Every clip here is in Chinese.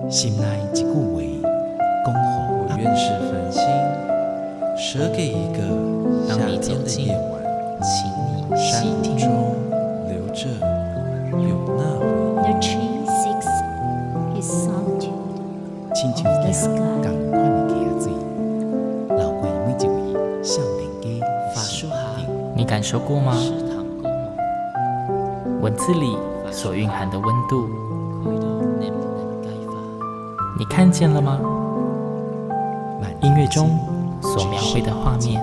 心内一句话，讲好我愿是繁星，舍给一个夏天的夜晚， 请你山细听。 中留着有那回 The tree seeks his solitude 亲像 of the 行 sky. 同款的溪水，流过每一位少年家法术行你感受过吗？ 食堂公梦， 文字里所蕴含的温度， 开到你不能解法。 你看见了吗？ 满音乐中所描绘的画面，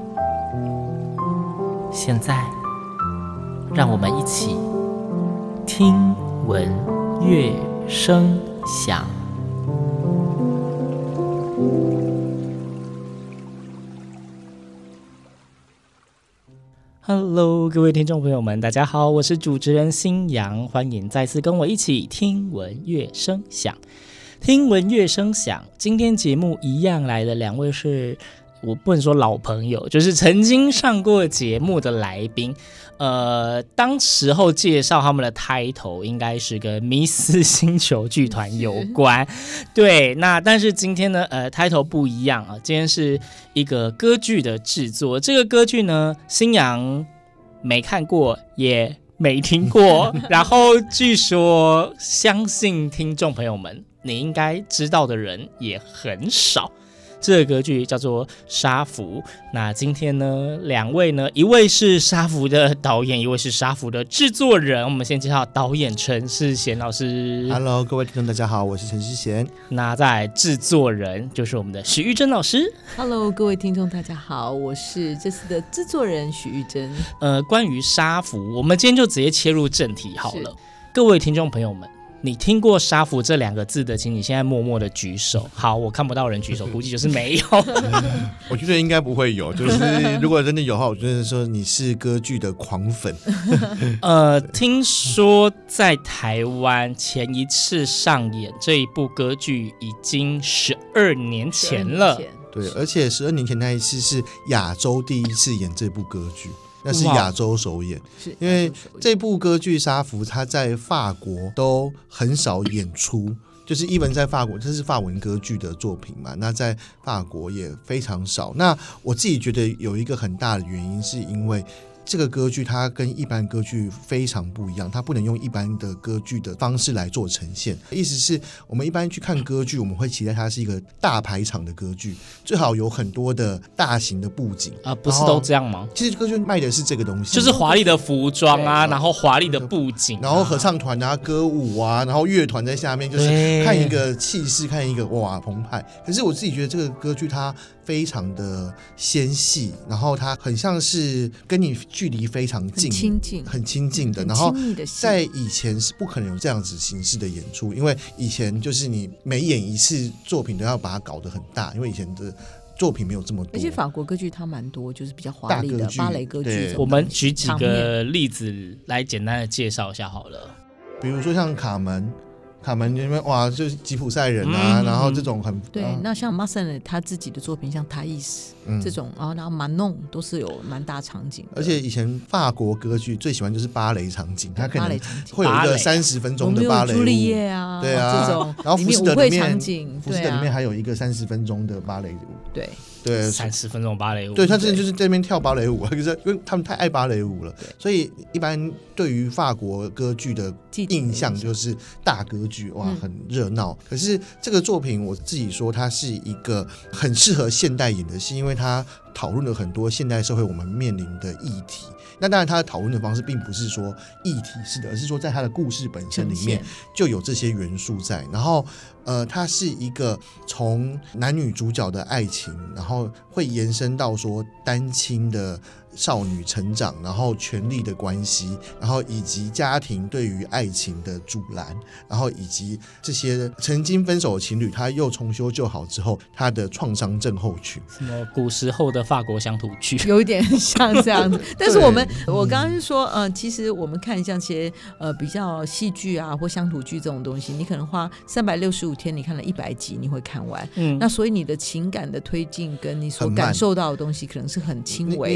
现在让我们一起听闻乐声响。Hello， 各位听众朋友们，大家好，我是主持人新阳，欢迎再次跟我一起听闻乐声响。听闻乐声响，今天节目一样来的两位是我不能说老朋友，就是曾经上过节目的来宾。当时候介绍他们的 title 应该是跟迷思星球剧团有关，对。那但是今天呢，title 不一样啊，今天是一个歌剧的制作。这个歌剧呢，新阳没看过，也没听过，然后据说，相信听众朋友们，你应该知道的人也很少。这个歌剧叫做《沙弗》。那今天呢，两位呢，一位是沙弗的导演，一位是沙弗的制作人。我们先介绍导演陈世贤老师。 Hello， 各位听众大家好，我是陈世贤。 那在制作人就是我们的许玉珍老师。 Hello， 各位听众大家好，我是这次的制作人许玉珍。 关于沙弗，我们今天就直接切入正题好了。各位听众朋友们，你听过沙弗这两个字的，请你现在默默的举手。好，我看不到人举手，估计就是没有。 我觉得应该不会有，就是如果真的有的话，我觉得说你是歌剧的狂粉。 听说在台湾前一次上演这一部歌剧已经12年前了。 对，而且12年前那一次是亚洲第一次演这部歌剧。那是亚洲首演，因为这部歌剧《沙弗》它在法国都很少演出，就是even在法国，这是法文歌剧的作品嘛，那在法国也非常少。那我自己觉得有一个很大的原因，是因为这个歌剧它跟一般歌剧非常不一样，它不能用一般的歌剧的方式来做呈现。意思是我们一般去看歌剧，我们会期待它是一个大排场的歌剧，最好有很多的大型的布景啊，不是都这样吗？ 其实歌剧卖的是这个东西， 就是华丽的服装啊，然后华丽的布景， 然后合唱团啊、歌舞啊，然后乐团在下面，就是看一个气势，看一个哇澎湃。可是我自己觉得这个歌剧它非常的纤细，然后它很像是跟你距离非常近，很亲近的，然后在以前是不可能有这样子形式的演出，因为以前就是你每演一次作品都要把它搞得很大，因为以前的作品没有这么多， 而且法国歌剧它蛮多，就是比较华丽的芭蕾歌剧。 我们举几个例子来简单的介绍一下好了， 比如说像卡门里面哇，就是吉普赛人啊，然后这种很对。那像马塞尔他自己的作品，像塔伊斯这种，然后马弄都是有蛮大场景的。 而且以前法国歌剧最喜欢就是芭蕾场景，它可能会有一个30分钟的芭蕾舞， 朱丽叶啊， 对啊， 这种， 然后福斯德里面里面还有一个30分钟的芭蕾舞， 对。 对 ，30分钟芭蕾舞， 对，他真的就是在那边跳芭蕾舞，可是因为他们太爱芭蕾舞了，所以一般对于法国歌剧的印象就是大歌剧，哇，很热闹。可是这个作品我自己说，它是一个很适合现代演的戏，因为它讨论了很多现代社会我们面临的议题。那当然，他讨论的方式并不是说议题式的，而是说在他的故事本身里面就有这些元素在。然后，它是一个从男女主角的爱情，然后会延伸到说单亲的少女成长，然后权力的关系，然后以及家庭对于爱情的阻拦，然后以及这些曾经分手的情侣，他又重修旧好之后，他的创伤症候群， 什么古时候的法国乡土剧， 有一点像这样子。但是我刚刚是说，其实我们看像些比较戏剧啊或乡土剧这种东西，你可能花365天，你看了100集，你会看完。那所以你的情感的推进跟你所感受到的东西，可能是很轻微的。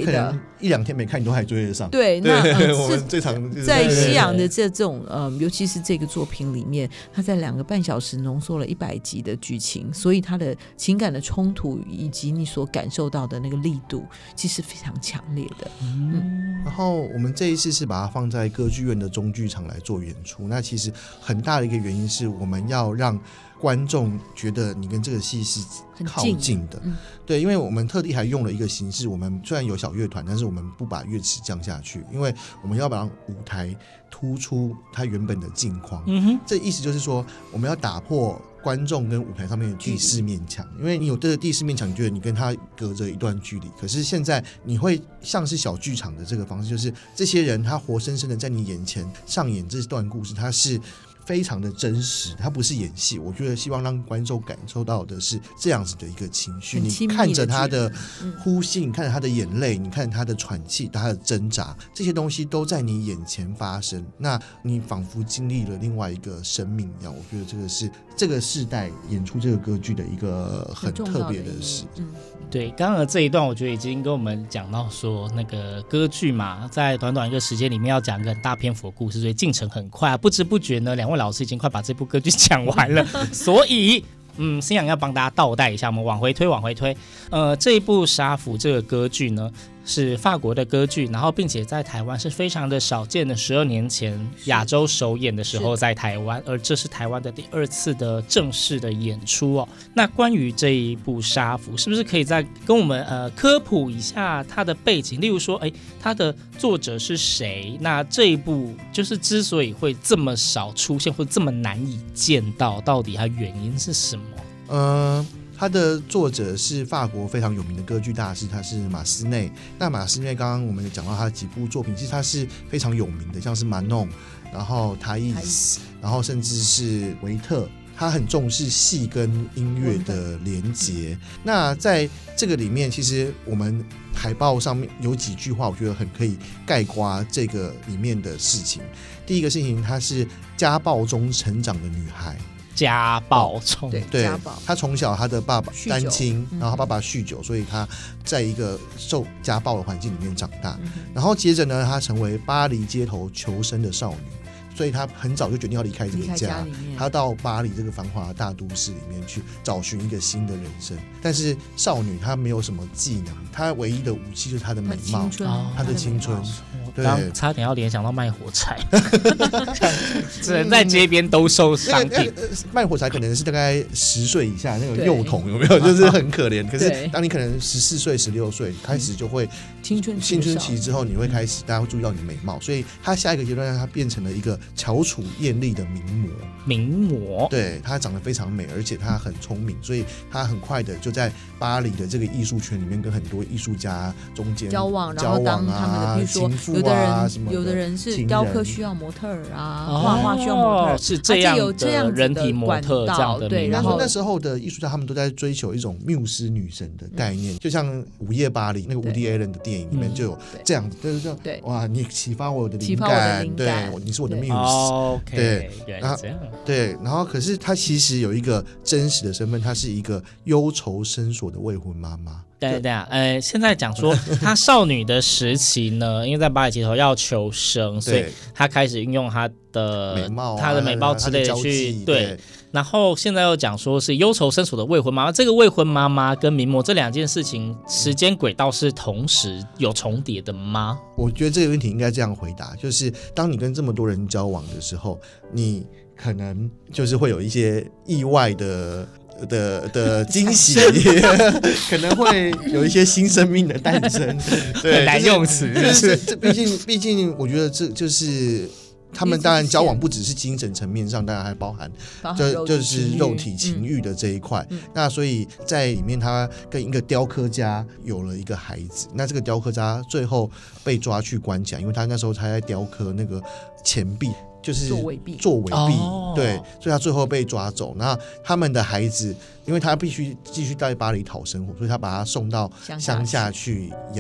1-2天没看，你都还追得上。 对，那我们最常就是在西洋的这种尤其是这个作品里面，它在2个半小时浓缩了100集的剧情，所以它的情感的冲突以及你所感受到的那个力度，其实非常强烈的。 然后我们这一次是把它放在歌剧院的中剧场来做演出，那其实很大的一个原因是我们要让观众觉得你跟这个戏是靠近的，对，因为我们特地还用了一个形式，我们虽然有小乐团，但是我们不把乐池降下去，因为我们要把舞台突出它原本的镜框。这意思就是说，我们要打破观众跟舞台上面的第4面墙，因为你有这个第4面墙，你觉得你跟他隔着一段距离，可是现在你会像是小剧场的这个方式，就是这些人他活生生的在你眼前上演这段故事，他是非常的真实，它不是演戏。我觉得希望让观众感受到的是这样子的一个情绪，你看着他的呼吸，你看着他的眼泪，你看着他的喘气，他的挣扎，这些东西都在你眼前发生，那你仿佛经历了另外一个生命一样。我觉得这个是这个世代演出这个歌剧的一个很特别的事。 对，刚刚的这一段我觉得已经跟我们讲到说，那个歌剧嘛，在短短一个时间里面要讲一个很大篇幅的故事，所以进程很快，不知不觉呢，2位老师已经快把这部歌剧讲完了。所以新阳要帮大家倒带一下，我们往回推。这一部《沙弗》这个歌剧呢，是法国的歌剧，然后并且在台湾是非常的少见的，12年前亚洲首演的时候在台湾，而这是台湾的第2次的正式的演出哦。那关于这一部《沙弗》，是不是可以再跟我们科普一下它的背景？例如说，它的作者是谁？那这一部就是之所以会这么少出现或这么难以见到，到底它原因是什么？ 他的作者是法国非常有名的歌剧大师，他是马斯内。那马斯内刚刚我们有讲到他的几部作品，其实他是非常有名的，像是马弄，然后塔伊斯，然后甚至是维特。他很重视戏跟音乐的连结。那在这个里面，其实我们海报上面有几句话，我觉得很可以概括这个里面的事情。第一个事情，她是家暴中成长的女孩。 家暴中， 对，他从小他的爸爸单亲，然后他爸爸酗酒，所以他在一个受家暴的环境里面长大。然后接着呢，他成为巴黎街头求生的少女，所以他很早就决定要离开这个家，他到巴黎这个繁华的大都市里面去找寻一个新的人生。但是少女她没有什么技能，她唯一的武器就是她的美貌，她的青春。 刚差点要联想到卖火柴，只能在街边兜售商品。 卖火柴可能是大概10岁以下那个幼童，有没有？就是很可怜。可是当你可能14岁、16岁开始就会青春期之后，你会开始大家会注意到你的美貌，所以他下一个阶段他变成了一个翘楚艳丽的名模。对，她长得非常美，而且她很聪明，所以她很快的就在巴黎的这个艺术圈里面跟很多艺术家中间交往，然后当他们的比如说有的人是雕刻需要模特儿啊，画画需要模特儿， 是这样的人体模特这样的。 对， 然后那时候的艺术家他们都在追求一种缪斯女神的概念，就像《午夜巴黎》那个伍迪·艾伦的电影里面就有这样子，就是说哇，你启发我的灵感，对，你是我的缪斯，对，然后对，然后可是她其实有一个真实的身份，她是一个忧愁深锁的未婚妈妈。 对，现在讲说她少女的时期呢，因为在巴黎街头要求生，所以她开始运用她的美貌之类的去对。然后现在又讲说是忧愁深锁的未婚妈妈，这个未婚妈妈跟名模这2件事情时间轨道是同时有重叠的吗？ 我觉得这个问题应该这样回答，就是当你跟这么多人交往的时候，你可能就是会有一些意外的惊喜可能会有一些新生命的诞生。对， 很难用词， 毕竟我觉得这就是他们当然交往不只是精神层面上，当然还包含就是肉体情欲的这一块。那所以在里面他跟一个雕刻家有了一个孩子，那这个雕刻家最后被抓去关起来，因为他那时候他在雕刻那个钱币，就是做伪币，对，所以他最后被抓走。那他们的孩子，因为他必须继续在巴黎讨生活，所以他把他送到乡下去养。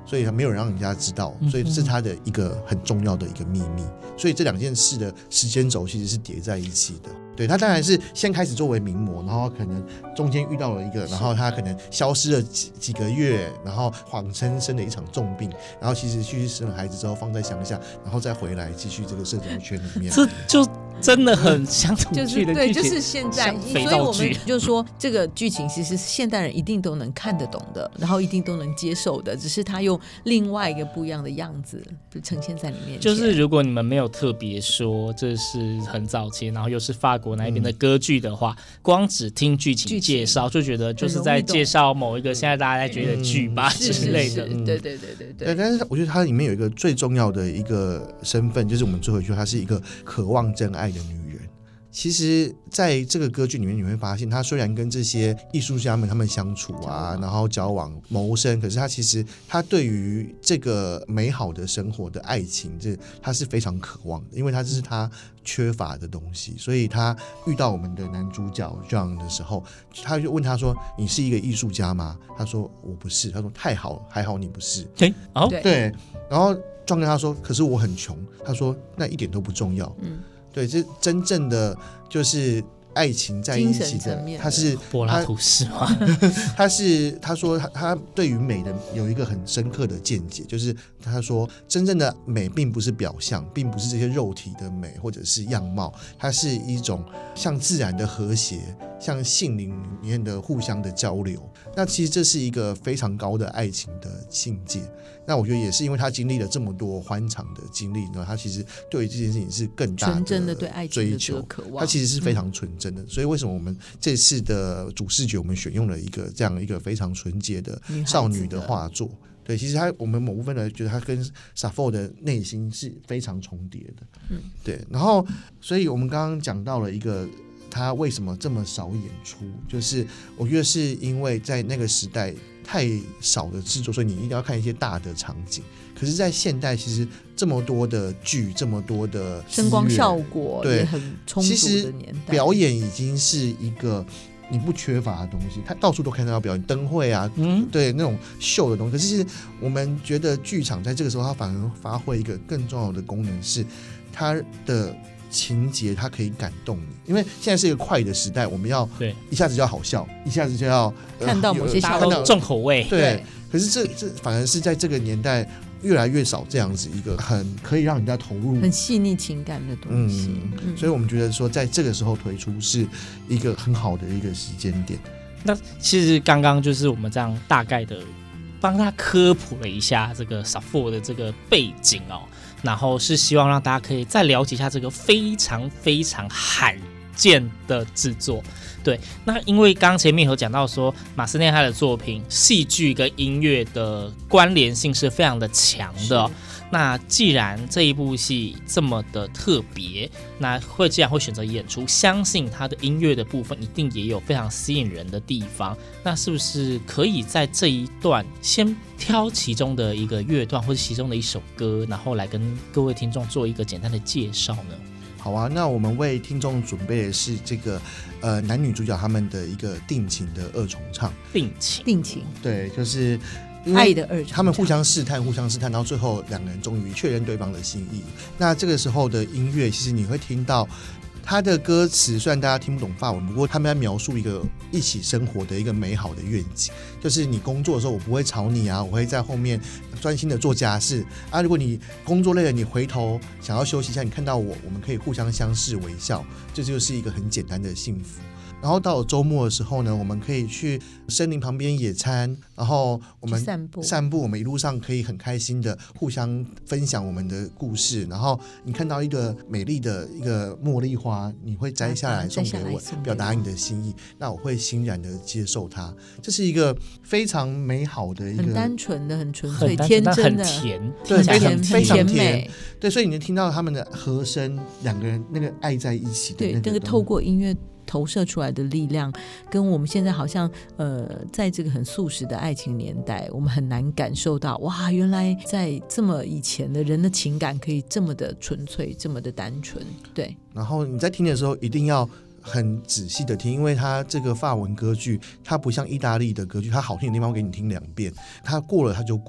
所以他没有让人家知道，所以这是他的一个很重要的一个秘密。所以这两件事的时间轴其实是叠在一起的。对，他当然是先开始作为名模，然后可能中间遇到了一个，然后他可能消失了几个月，然后谎称生了一场重病，然后其实去生了孩子之后放在乡下，然后再回来继续这个社交圈里面。 这就真的很乡土剧的剧情， 对，就是现在， 肥皂剧。 所以我们就说这个剧情其实是现代人一定都能看得懂的，然后一定都能接受的，只是他用另外一个不一样的样子就呈现在里面。 就是如果你们没有特别说这是很早期，然后又是法国那边的歌剧的话，光只听剧情介绍就觉得就是在介绍某一个现在大家在追的剧吧之类的。 对。 但是我觉得它里面有一个最重要的一个身份，就是我们最后一句，她是一个渴望真爱的女人。其实在这个歌剧里面你会发现，他虽然跟这些艺术家们他们相处啊，然后交往谋生，可是他其实他对于这个美好的生活的爱情，他是非常渴望的，因为他这是他缺乏的东西。所以他遇到我们的男主角 John 的时候，他就问他说，你是一个艺术家吗？他说我不是。他说太好，还好你不是。 对， 然后John跟他说，可是我很穷。他说那一点都不重要。对，这真正的就是爱情在一起的，他是柏拉图式吗？ 他说他对于美的有一个很深刻的见解，就是他说真正的美并不是表象，并不是这些肉体的美或者是样貌，它是一种像自然的和谐，像性灵里面的互相的交流。那其实这是一个非常高的爱情的境界。那我觉得也是因为他经历了这么多欢场的经历呢，他其实对于这件事情是更大的纯真的对爱情的这个渴望， 他其实是非常纯真的。所以为什么我们这次的主视觉我们选用了一个这样一个非常纯洁的少女的画作？对，其实我们某部分呢觉得他跟 Sappho 的内心是非常重叠的。对。然后，所以我们刚刚讲到了一个。他为什么这么少演出？就是我觉得是因为在那个时代太少的制作，所以你一定要看一些大的场景。可是在现代其实这么多的剧，这么多的声光效果也很充足的年代， 其实表演已经是一个你不缺乏的东西，他到处都看到表演，灯会啊，对那种秀的东西。可是我们觉得剧场在这个时候它反而发挥一个更重要的功能，是它的情节它可以感动你。因为现在是一个快的时代，我们要一下子就要好笑，一下子就要看到某些大家都重口味。 对，可是这反而是在这个年代越来越少这样子一个很可以让人家投入、 很细腻情感的东西。 所以我们觉得说，在这个时候推出是一个很好的一个时间点。 那其实刚刚就是我们这样大概的帮他科普了一下这个 Sappho 的这个背景哦，然后是希望让大家可以再了解一下这个非常非常罕见的制作。对，那因为刚前面有讲到说马斯内他的作品戏剧跟音乐的关联性是非常的强的哦。那既然这一部戏这么的特别，那既然会选择演出，相信他的音乐的部分一定也有非常吸引人的地方。那是不是可以在这一段先挑其中的一个乐段或者其中的一首歌，然后来跟各位听众做一个简单的介绍呢？ 好啊，那我们为听众准备的是这个男女主角他们的一个定情的二重唱。 定情， 对，就是爱的二重唱， 他们互相试探，然后最后两个人终于确认对方的心意。那这个时候的音乐，其实你会听到他的歌词，虽然大家听不懂法文，不过他们在描述一个一起生活的一个美好的愿景，就是你工作的时候我不会吵你啊，我会在后面专心的做家事啊。如果你工作累了，你回头想要休息一下，你看到我们可以互相相视微笑，这就是一个很简单的幸福。然后到了周末的时候呢，我们可以去森林旁边野餐，然后我们散步，我们一路上可以很开心的互相分享我们的故事。然后你看到一个美丽的一个茉莉花，你会摘下来送给我，表达你的心意，那我会欣然的接受它。这是一个非常美好的一个很单纯的、很纯粹、天真的、 很甜， 对，非常甜。 对，所以你能听到他们的和声，两个人那个爱在一起的对，那个透过音乐投射出来的力量，跟我们现在好像在这个很速食的爱情年代，我们很难感受到哇，原来在这么以前的人的情感可以这么的纯粹，这么的单纯。对， 然后你在听的时候一定要很仔细的听，因为它这个法文歌剧它不像意大利的歌剧，它好听的地方给你听2遍，它过了它就过了。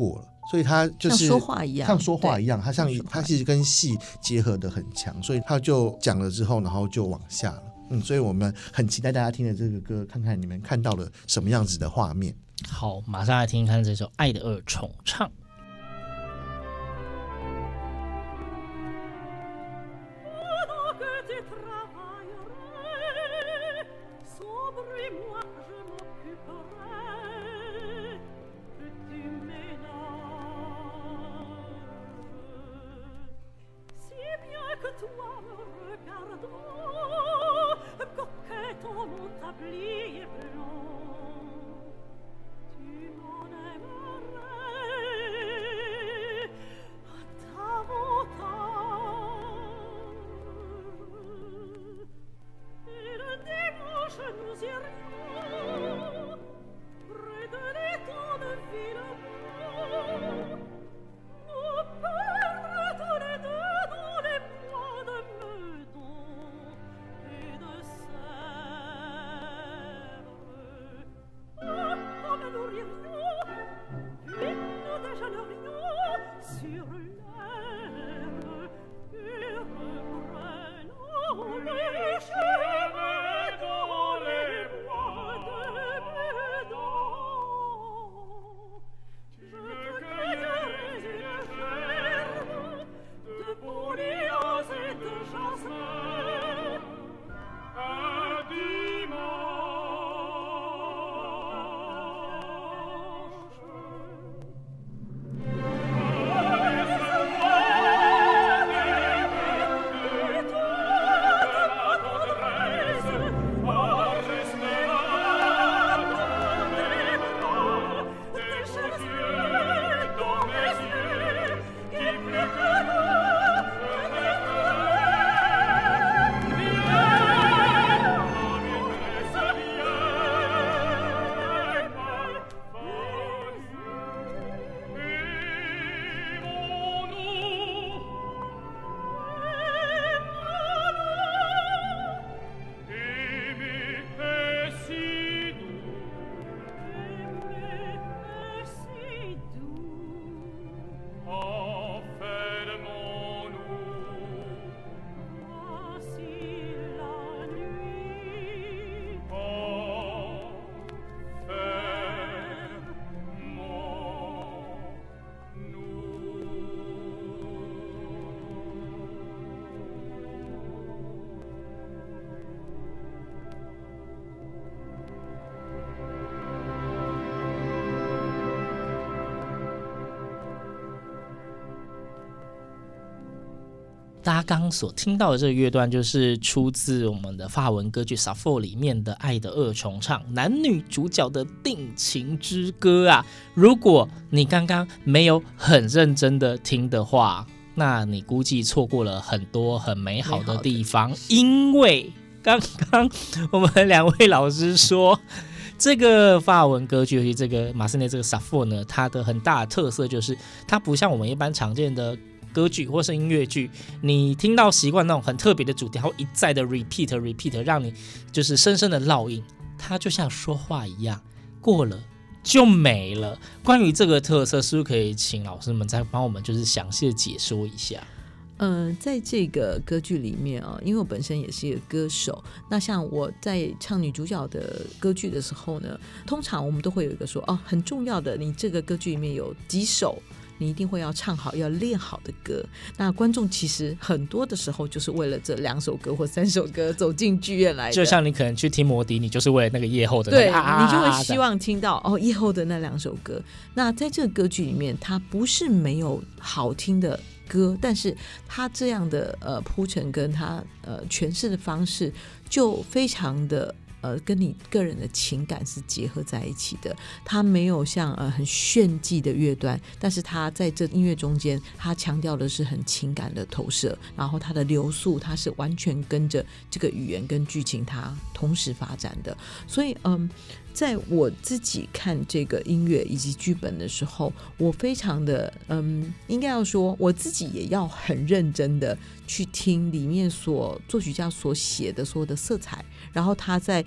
所以它就是像说话一样， 它它其实跟戏结合的很强，所以他就讲了之后，然后就往下了。所以我们很期待大家听的这个歌，看看你们看到了什么样子的画面。 好，马上来听听看这首《爱的二重唱》。大家刚刚所听到的这个乐段，就是出自我们的法文歌剧《Sappho》里面的《爱的二重唱》，男女主角的定情之歌啊！如果你刚刚没有很认真的听的话，那你估计错过了很多很美好的地方，因为刚刚我们两位老师说，这个法文歌剧，尤其这个马斯内这个 Sappho 呢，它的很大的特色就是它不像我们一般常见的歌剧或是音乐剧，你听到习惯那种很特别的主题，它会一再的 repeat， 让你就是深深的烙印。它就像说话一样，过了就没了。关于这个特色，是不是可以请老师们再帮我们就是详细的解说一下？ 在这个歌剧里面啊，因为我本身也是一个歌手，那像我在唱女主角的歌剧的时候呢，通常我们都会有一个说很重要的，你这个歌剧里面有几首你一定会要唱好要练好的歌，那观众其实很多的时候就是为了这2首歌或3首歌走进剧院来的， 就像你可能去听摩迪，你就是为了那个夜后的那个对，你就会希望听到夜后的那2首歌。那在这个歌剧里面，它不是没有好听的歌，但是它这样的铺陈跟它诠释的方式就非常的跟你个人的情感是结合在一起的。它没有像很炫技的乐段，但是它在这音乐中间，它强调的是很情感的投射，然后它的流速它是完全跟着这个语言跟剧情它同时发展的。所以在我自己看这个音乐以及剧本的时候，我非常的应该要说我自己也要很认真的去听里面作曲家所写的所有的色彩，然后他在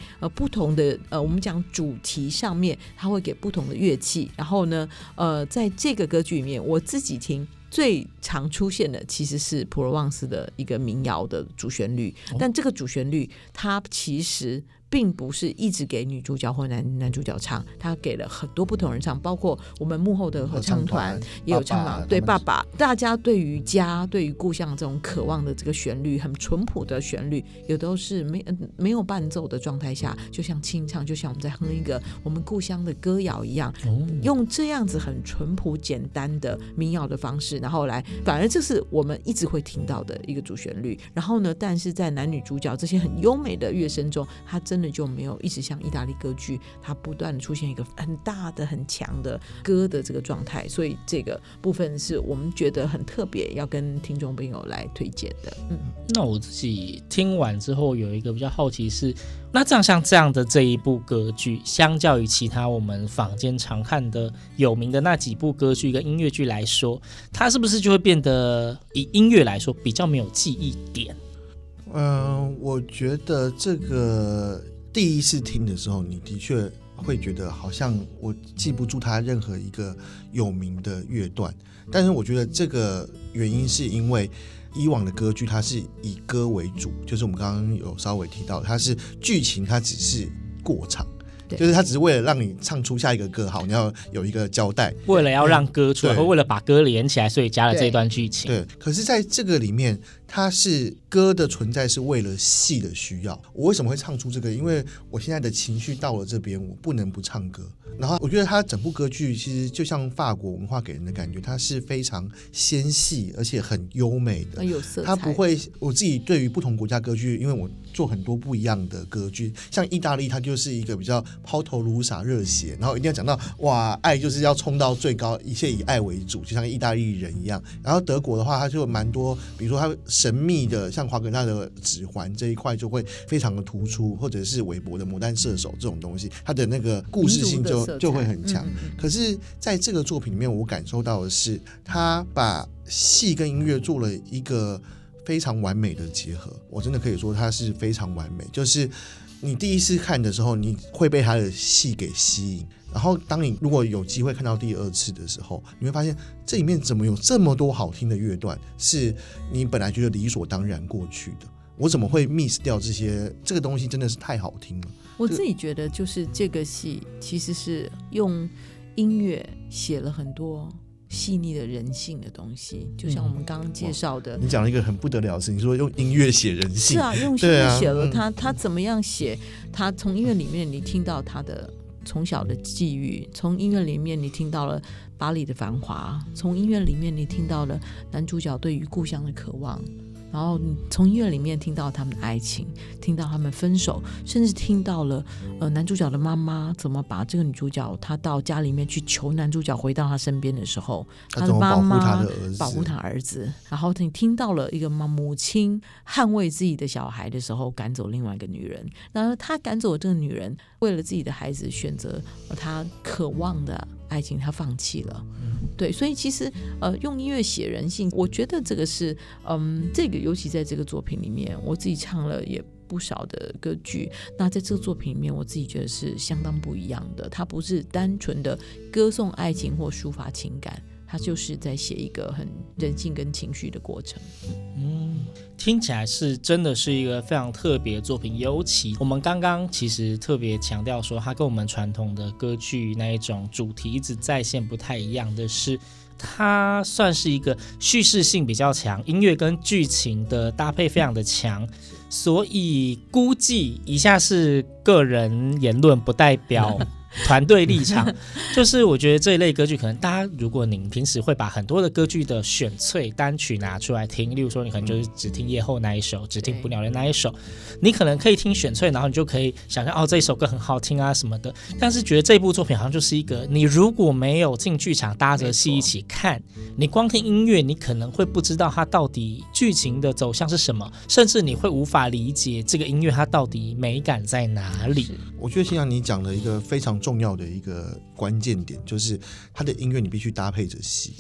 不同的我们讲主题上面，它会给不同的乐器。然后呢，在这个歌剧里面，我自己听最常出现的其实是普罗旺斯的一个民谣的主旋律，但这个主旋律它其实并不是一直给女主角或男主角唱，他给了很多不同人唱，包括我们幕后的合唱团也有唱到，对爸爸，大家对于家、对于故乡这种渴望的这个旋律，很淳朴的旋律，有都是没有伴奏的状态下，就像清唱，就像我们在哼一个我们故乡的歌谣一样，用这样子很淳朴简单的民谣的方式，然后来，反而这是我们一直会听到的一个主旋律。然后呢，但是在男女主角这些很优美的乐声中，它真的就没有一直像意大利歌剧，它不断的出现一个很大的很强的歌的这个状态，所以这个部分是我们觉得很特别，要跟听众朋友来推荐的。 那我自己听完之后有一个比较好奇是，那像这样的这一部歌剧，相较于其他我们坊间常看的有名的那几部歌剧跟音乐剧来说，它是不是就会变得以音乐来说比较没有记忆点？ 我觉得这个第一次听的时候，你的确会觉得好像我记不住它任何一个有名的乐段，但是我觉得这个原因是因为以往的歌剧它是以歌为主，就是我们刚刚有稍微提到，它是剧情它只是过场，就是它只是为了让你唱出下一个歌，好，你要有一个交代， 为了要让歌出来，或为了把歌连起来，所以加了这一段剧情。 对，可是在这个里面，它是歌的存在是为了戏的需要。我为什么会唱出这个？因为我现在的情绪到了这边，我不能不唱歌。然后我觉得它整部歌剧其实就像法国文化给人的感觉，它是非常纤细而且很优美的， 有色彩。 它不会，我自己对于不同国家歌剧，因为我做很多不一样的歌剧，像意大利它就是一个比较抛头颅洒热血，然后一定要讲到哇，爱就是要冲到最高，一切以爱为主，就像意大利人一样。然后德国的话，它就蛮多，比如说它神秘的，像华格纳的指环这一块就会非常的突出，或者是韦伯的魔弹射手这种东西，它的那个故事性就会很强。可是在这个作品里面，我感受到的是，他把戏跟音乐做了一个非常完美的结合。我真的可以说它是非常完美，就是你第一次看的时候，你会被他的戏给吸引。然后当你如果有机会看到第二次的时候，你会发现这里面怎么有这么多好听的乐段，是你本来觉得理所当然过去的，我怎么会 miss 掉这些？这个东西真的是太好听了。 我自己觉得就是这个戏其实是用音乐写了很多细腻的人性的东西，就像我们刚刚介绍的。 你讲了一个很不得了的事，你说用音乐写人性。 是啊，用音乐写了他怎么样写，他从音乐里面你听到他的从小的际遇，从音乐里面你听到了巴黎的繁华，从音乐里面你听到了男主角对于故乡的渴望，然后你从音乐里面听到他们的爱情，听到他们分手，甚至听到了男主角的妈妈怎么把这个女主角，她到家里面去求男主角回到她身边的时候，她的妈妈保护她儿子，然后你听到了一个母亲捍卫自己的小孩的时候赶走另外一个女人，然后她赶走这个女人，为了自己的孩子选择她渴望的爱情，她放弃了。对，所以其实用音乐写人性，我觉得这个是这个尤其在这个作品里面，我自己唱了也不少的歌剧，那在这个作品里面我自己觉得是相当不一样的，它不是单纯的歌颂爱情或抒发情感，它就是在写一个很人性跟情绪的过程。 听起来是真的是一个非常特别的作品，尤其我们刚刚其实特别强调说，它跟我们传统的歌剧那一种主题一直再现不太一样的是，它算是一个叙事性比较强，音乐跟剧情的搭配非常的强，所以估计以下是个人言论，不代表团队立场，就是我觉得这一类歌剧可能大家如果您平时会把很多的歌剧的选粹单曲拿出来听，例如说你可能就是只听夜后那一首，只听捕鸟人那一首，你可能可以听选粹，然后你就可以想象这一首歌很好听啊什么的，但是觉得这部作品好像就是一个你如果没有进剧场搭着戏一起看，你光听音乐你可能会不知道它到底剧情的走向是什么，甚至你会无法理解这个音乐它到底美感在哪里。 我觉得新阳你讲了一个非常重要的一个关键点，就是它的音乐你必须搭配着戏，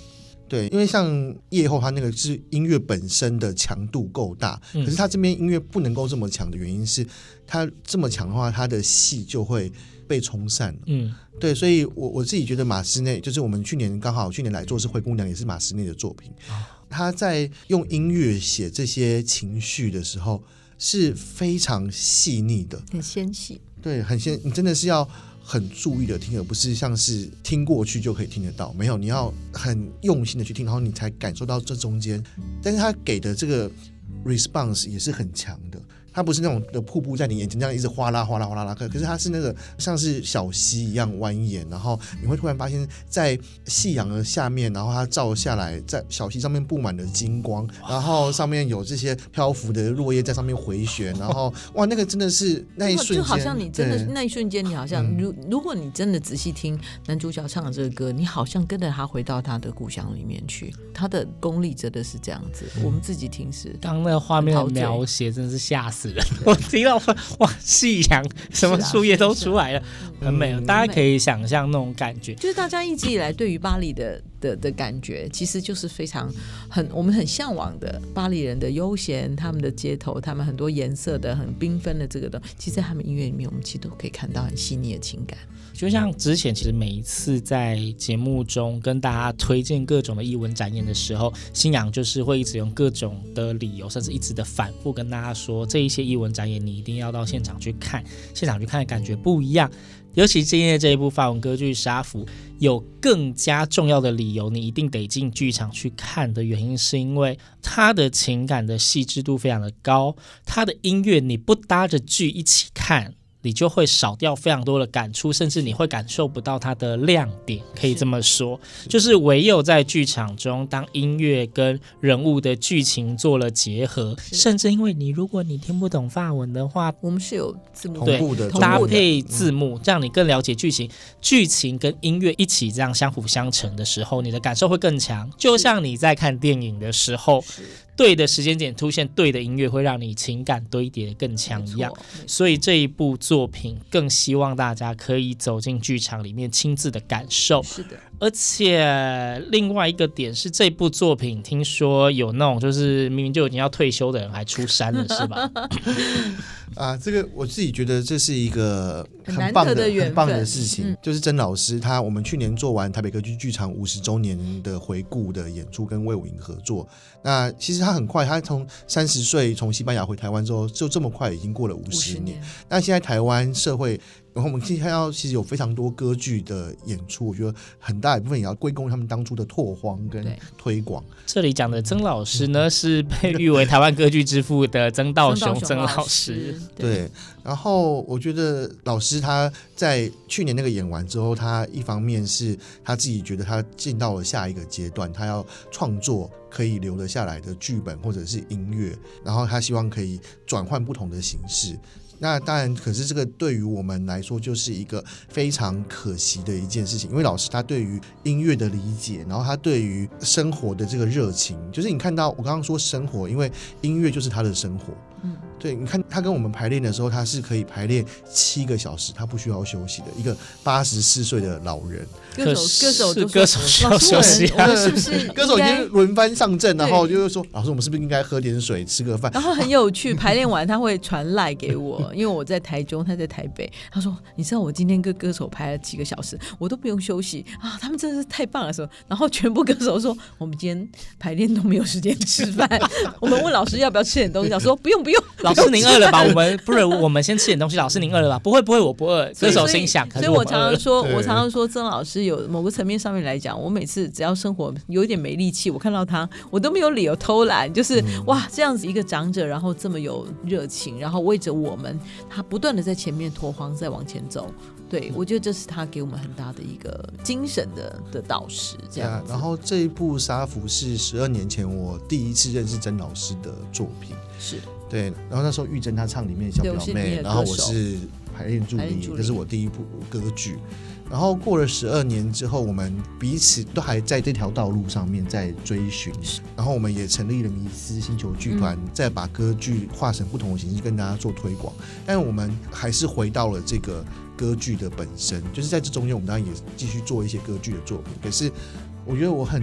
对，因为像夜后他那个是音乐本身的强度够大，可是他这边音乐不能够这么强的原因是，他这么强的话，他的戏就会被冲散了。对，所以我自己觉得马斯内就是我们去年来做是灰姑娘，也是马斯内的作品。他在用音乐写这些情绪的时候是非常细腻的， 很纤细。对， 你真的是要很注意的听，而不是像是听过去就可以听得到。没有，你要很用心的去听，然后你才感受到这中间。但是他给的这个 response 也是很强的。它不是那种的瀑布在你眼前这样一直哗啦哗啦哗啦啦，可是它是那个像是小溪一样蜿蜒，然后你会突然发现在夕阳的下面，然后它照下来，在小溪上面布满了金光，然后上面有这些漂浮的落叶在上面回旋，然后哇，那个真的是那一瞬间， 就好像你真的那一瞬间，你好像如果你真的仔细听男主角唱的这个歌，你好像跟着他回到他的故乡里面去，他的功力真的是这样子。我们自己听是刚那个画面的描写真的是吓死人，我听到哇，夕阳什么树叶都出来了，很美，大家可以想象那种感觉。 就是大家一直以来对于巴黎的感觉，其实就是非常我们很向往的巴黎人的悠闲，他们的街头，他们很多颜色的很缤纷的这个的，其实在他们音乐里面，我们其实都可以看到很细腻的情感。 就像之前其实每一次在节目中跟大家推荐各种的艺文展演的时候，新阳就是会一直用各种的理由，甚至一直的反复跟大家说，这一些艺文展演你一定要到现场去看，现场去看的感觉不一样。尤其今天的这一部法文歌剧《沙弗》，有更加重要的理由，你一定得进剧场去看的原因，是因为它的情感的细致度非常的高，它的音乐你不搭着剧一起看，你就会少掉非常多的感触，甚至你会感受不到它的亮点，可以这么说，就是唯有在剧场中，当音乐跟人物的剧情做了结合，甚至因为如果你听不懂法文的话， 我们是有字幕同步的搭配字幕，这样你更了解剧情，剧情跟音乐一起这样相辅相成的时候，你的感受会更强。就像你在看电影的时候，对的时间点出现对的音乐，会让你情感堆叠更强一样。所以这一部作品更希望大家可以走进剧场里面亲自的感受。 是的， 而且另外一个点是，这部作品听说有那种就是明明就已经要退休的人还出山了，是吧？ 这个我自己觉得这是一个很棒的事情，就是曾老师我们去年做完台北歌剧剧场50周年的回顾的演出，跟魏武营合作。那其实他很快，他从30岁从西班牙回台湾之后，就这么快已经过了50年。那现在台湾社会，然后我们可以看到，其实有非常多歌剧的演出，我觉得很大一部分也要归功他们当初的拓荒跟推广。 这里讲的曾老师呢，是被誉为台湾歌剧之父的曾道雄曾老师。 对，然后我觉得老师他在去年那个演完之后，他一方面是他自己觉得他进到了下一个阶段，他要创作可以留得下来的剧本或者是音乐，然后他希望可以转换不同的形式。那当然，可是这个对于我们来说就是一个非常可惜的一件事情，因为老师他对于音乐的理解，然后他对于生活的这个热情，就是你看到我刚刚说生活，因为音乐就是他的生活。对，你看他跟我们排练的时候，他是可以排练7个小时，他不需要休息的一个84岁的老人。 歌手需要休息， 是不是？ 歌手已经轮番上阵，然后就是说，老师，我们是不是应该喝点水、吃个饭？ 然后很有趣，排练完他会传赖给我，因为我在台中，他在台北。他说：“你知道我今天跟歌手排了几个小时，我都不用休息啊！他们真的是太棒了。”然后全部歌手说：“我们今天排练都没有时间吃饭。”我们问老师要不要吃点东西，老师说：“不用。” 老师您饿了吧？我们先吃点东西。老师您饿了吧？不会，我不饿。歌手心想，可是我常常说，曾老师有某个层面上面来讲，我每次只要生活有一点没力气，我看到他，我都没有理由偷懒。就是哇，这样子一个长者，然后这么有热情，然后为着我们，他不断的在前面拓荒，在往前走。对，我觉得这是他给我们很大的一个精神的导师。这样子。 然后这一部《沙弗》是12年前我第一次认识曾老师的作品。 是。对， 然后那时候玉珍她唱里面小表妹，然后我是排练助理，这是我第一部歌剧。然后过了12年之后，我们彼此都还在这条道路上面在追寻，然后我们也成立了迷思星球剧团，再把歌剧化成不同的形式跟大家做推广。但我们还是回到了这个歌剧的本身，就是在这中间，我们当然也继续做一些歌剧的作品。可是我觉得我很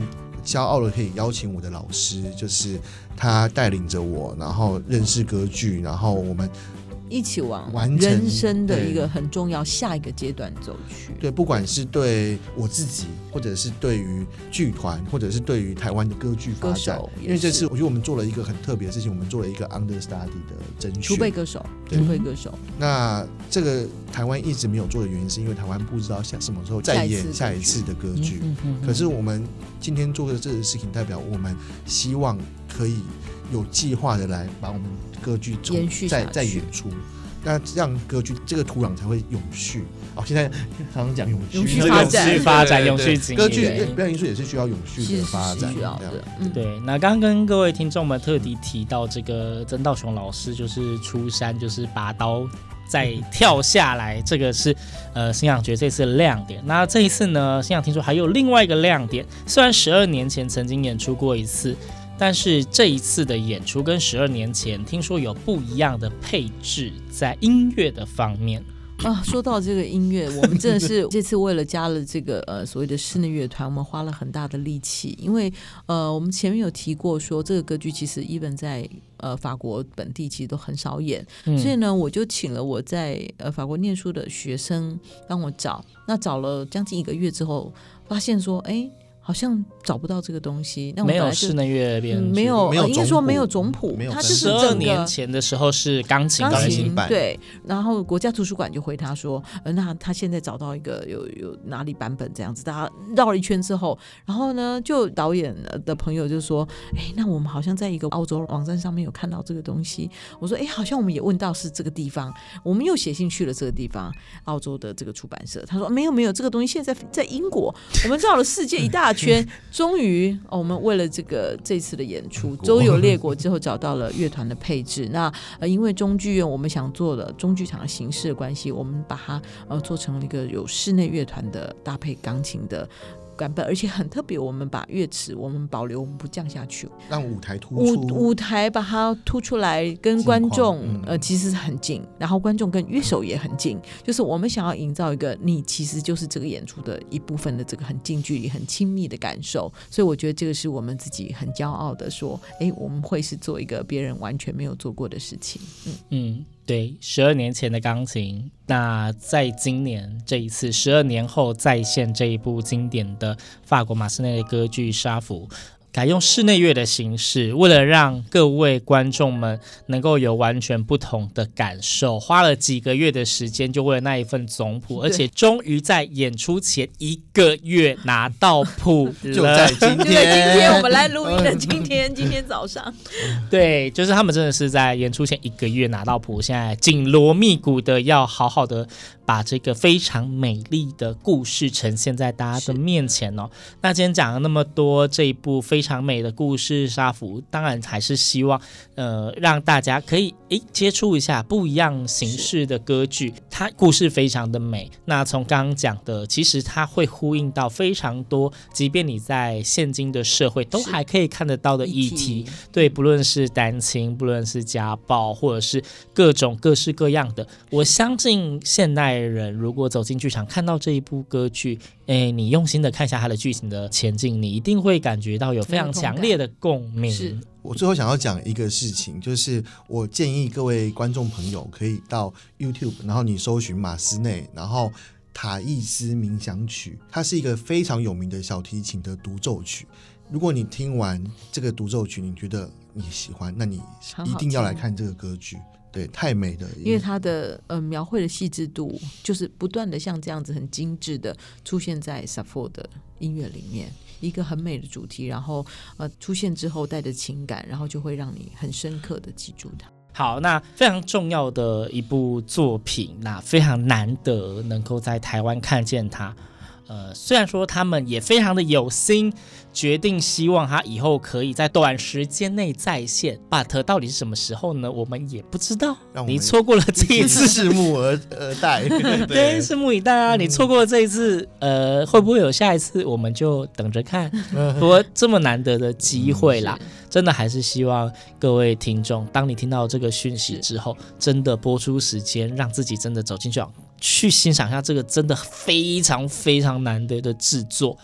骄傲的可以邀请我的老师，就是他带领着我，然后认识歌剧，然后我们一起往完成人生的一个很重要下一个阶段走去。 对，不管是对我自己，或者是对于剧团，或者是对于台湾的歌剧发展，因为这次我觉得我们做了一个很特别的事情，我们做了一个 understudy 的甄选， 储备歌手，储备歌手。 那这个台湾一直没有做的原因，是因为台湾不知道什么时候再演下一次的歌剧。可是我们今天做的这个事情，代表我们希望可以有计划的来把我们歌剧延续下去再演出，那这样歌剧这个土壤才会永续。现在常常讲永续发展永续经营， 歌剧表演艺术也是需要永续的发展， 需要的。 对，那刚刚跟各位听众们特地提到这个曾道雄老师，就是出山，就是拔刀再跳下来，这个是新氧觉得这次的亮点。那这一次呢，新氧听说还有另外一个亮点，虽然12年前曾经演出过一次，但是这一次的演出跟12年前听说有不一样的配置在音乐的方面。 说到这个音乐，我们真的是这次为了加了这个所谓的室内乐团，我们花了很大的力气，因为我们前面有提过说这个歌剧其实 even 在法国本地其实都很少演，所以呢我就请了我在法国念书的学生帮我找，那找了将近1个月之后，发现说好像找不到这个东西。那我没有室内乐编剧， 没有，应该说没有总谱，它就是 12年前的时候是钢琴版， 对。然后国家图书馆就回他说，那他现在找到一个有哪里版本这样子，大家绕了一圈之后，然后呢，就导演的朋友就说，那我们好像在一个澳洲网站上面有看到这个东西。我说，好像我们也问到是这个地方，我们又写信去了这个地方，澳洲的这个出版社。他说没有，这个东西现在在英国，我们绕了世界一大圈，终于我们为了这次的演出周游列国之后找到了乐团的配置。那因为中剧院我们想做的中剧场的形式的关系，我们把它做成了一个有室内乐团的搭配钢琴的版本，而且很特别，我们把乐池我们保留，我们不降下去， 让舞台突出， 舞台把它突出来，跟观众其实很近，然后观众跟乐手也很近，就是我们想要营造一个你其实就是这个演出的一部分的这个很近距离很亲密的感受。所以我觉得这个是我们自己很骄傲的说，我们会是做一个别人完全没有做过的事情。 对，12年前的钢琴，那在今年这一次12年后再现这一部经典的法国马斯内的歌剧《沙弗》，改用室内乐的形式，为了让各位观众们能够有完全不同的感受，花了几个月的时间，就为了那一份总谱，而且终于在演出前1个月拿到谱了。 就在今天我们来录音的今天早上。 对，就是他们真的是在演出前1个月拿到谱，现在紧锣密鼓的要好好的把这个非常美丽的故事呈现在大家的面前哦。那今天讲了那么多这一部非常美的故事《沙弗》，当然还是希望让大家可以接触一下不一样形式的歌剧，它故事非常的美。那从刚刚讲的，其实它会呼应到非常多，即便你在现今的社会都还可以看得到的议题。对，不论是单亲，不论是家暴，或者是各种各式各样的，我相信现代人如果走进剧场看到这一部歌剧，你用心的看一下它的剧情的前进，你一定会感觉到有非常强烈的共鸣。 是， 我最后想要讲一个事情，就是我建议各位观众朋友可以到 YouTube， 然后你搜寻马斯内，然后塔伊斯冥想曲，它是一个非常有名的小提琴的独奏曲。如果你听完这个独奏曲，你觉得你喜欢，那你一定要来看这个歌剧。对，太美的， 因为它的描绘的细致度，就是不断的像这样子很精致的出现在 Sappho 的音乐里面，一个很美的主题，然后出现之后带着情感，然后就会让你很深刻的记住它。 好，那非常重要的一部作品，那非常难得能够在台湾看见它。虽然说他们也非常的有心，决定希望他以后可以在短时间内再现 ，but 到底是什么时候呢？我们也不知道。你错过了这一次， 拭目而待。 对，拭目以待啊！你错过了这一次，会不会有下一次？我们就等着看。不过这么难得的机会啦，真的还是希望各位听众，当你听到这个讯息之后，真的播出时间，让自己真的走进去，去欣赏一下这个真的非常非常难得的制作。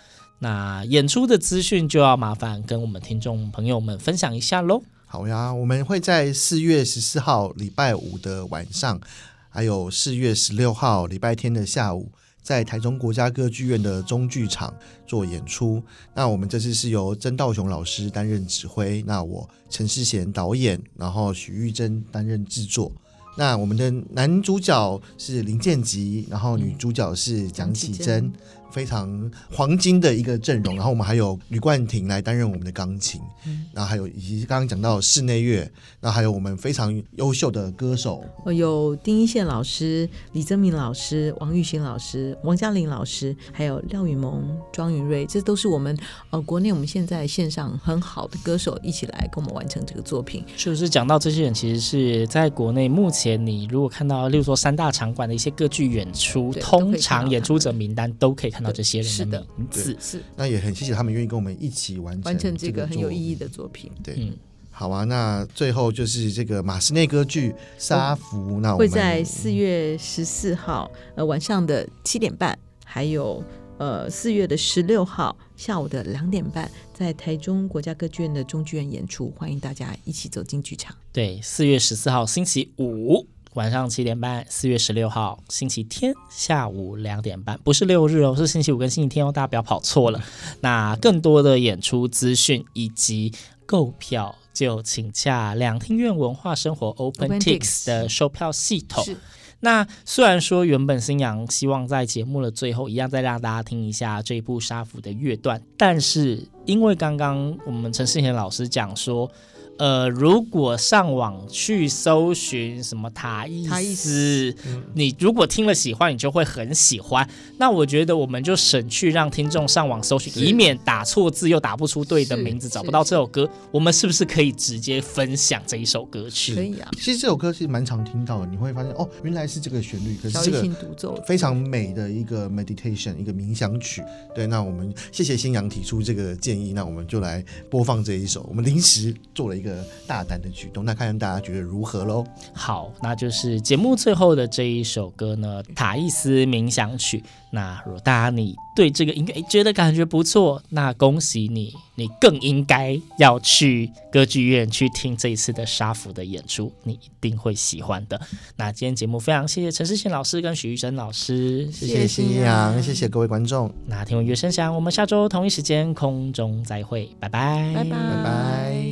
那演出的资讯就要麻烦跟我们听众朋友们分享一下咯。 好呀，我们会在4月14号礼拜五的晚上，还有4月16号礼拜天的下午，在台中国家歌剧院的中剧场做演出。那我们这次是由曾道雄老师担任指挥，那我陈世贤导演，然后许玉珍担任制作。那我们的男主角是林建吉，然后女主角是蒋启珍，非常黄金的一个阵容。然后我们还有吕冠廷来担任我们的钢琴，然后还有以及刚刚讲到室内乐，然后还有我们非常优秀的歌手， 有丁一宪老师、李增明老师、王玉兴老师、王嘉玲老师，还有廖雨萌、庄云瑞，这都是我们国内我们现在线上很好的歌手一起来跟我们完成这个作品。 就是讲到这些人，其实是在国内目前你如果看到例如说3大场馆的一些歌剧演出，通常演出者名单都可以看到这些人的名字。 是， 那也很谢谢他们愿意跟我们一起完成这个很有意义的作品。 对，好啊，那最后就是这个马斯内歌剧《沙弗》，那我们会在4月14号晚上的7点半，还有4月的16号下午的2点半，在台中国家歌剧院的中剧院演出，欢迎大家一起走进剧场。 对，4月14号星期五晚上7点半，4月16号星期天下午2点半，不是6日哦，是星期五跟星期天哦，大家不要跑错了。那更多的演出资讯以及购票，就请洽两厅院文化生活 OpenTix 的售票系统。那虽然说原本新阳希望在节目的最后一样再让大家听一下这一部沙弗的乐段，但是因为刚刚我们陈世贤老师讲说如果上网去搜寻什么塔伊斯，你如果听了喜欢，你就会很喜欢。那我觉得我们就省去让听众上网搜寻，以免打错字又打不出对的名字，找不到这首歌。我们是不是可以直接分享这一首歌曲？ 可以啊。 其实这首歌是蛮常听到的，你会发现哦，原来是这个旋律，可是这个独奏非常美的一个 meditation， 一个冥想曲。对，那我们谢谢新阳提出这个建议，那我们就来播放这一首。我们临时做了一个大胆的举动，那看看大家觉得如何咯。 好，那就是节目最后的这一首歌呢，塔伊斯冥想曲。那如果大家你对这个音乐觉得感觉不错，那恭喜你，你更应该要去歌剧院去听这一次的沙弗的演出，你一定会喜欢的。那今天节目非常谢谢陈世贤老师跟许玉珍老师， 谢谢新阳，谢谢各位观众。 那听闻乐声响，我们下周同一时间空中再会，拜拜， 拜拜。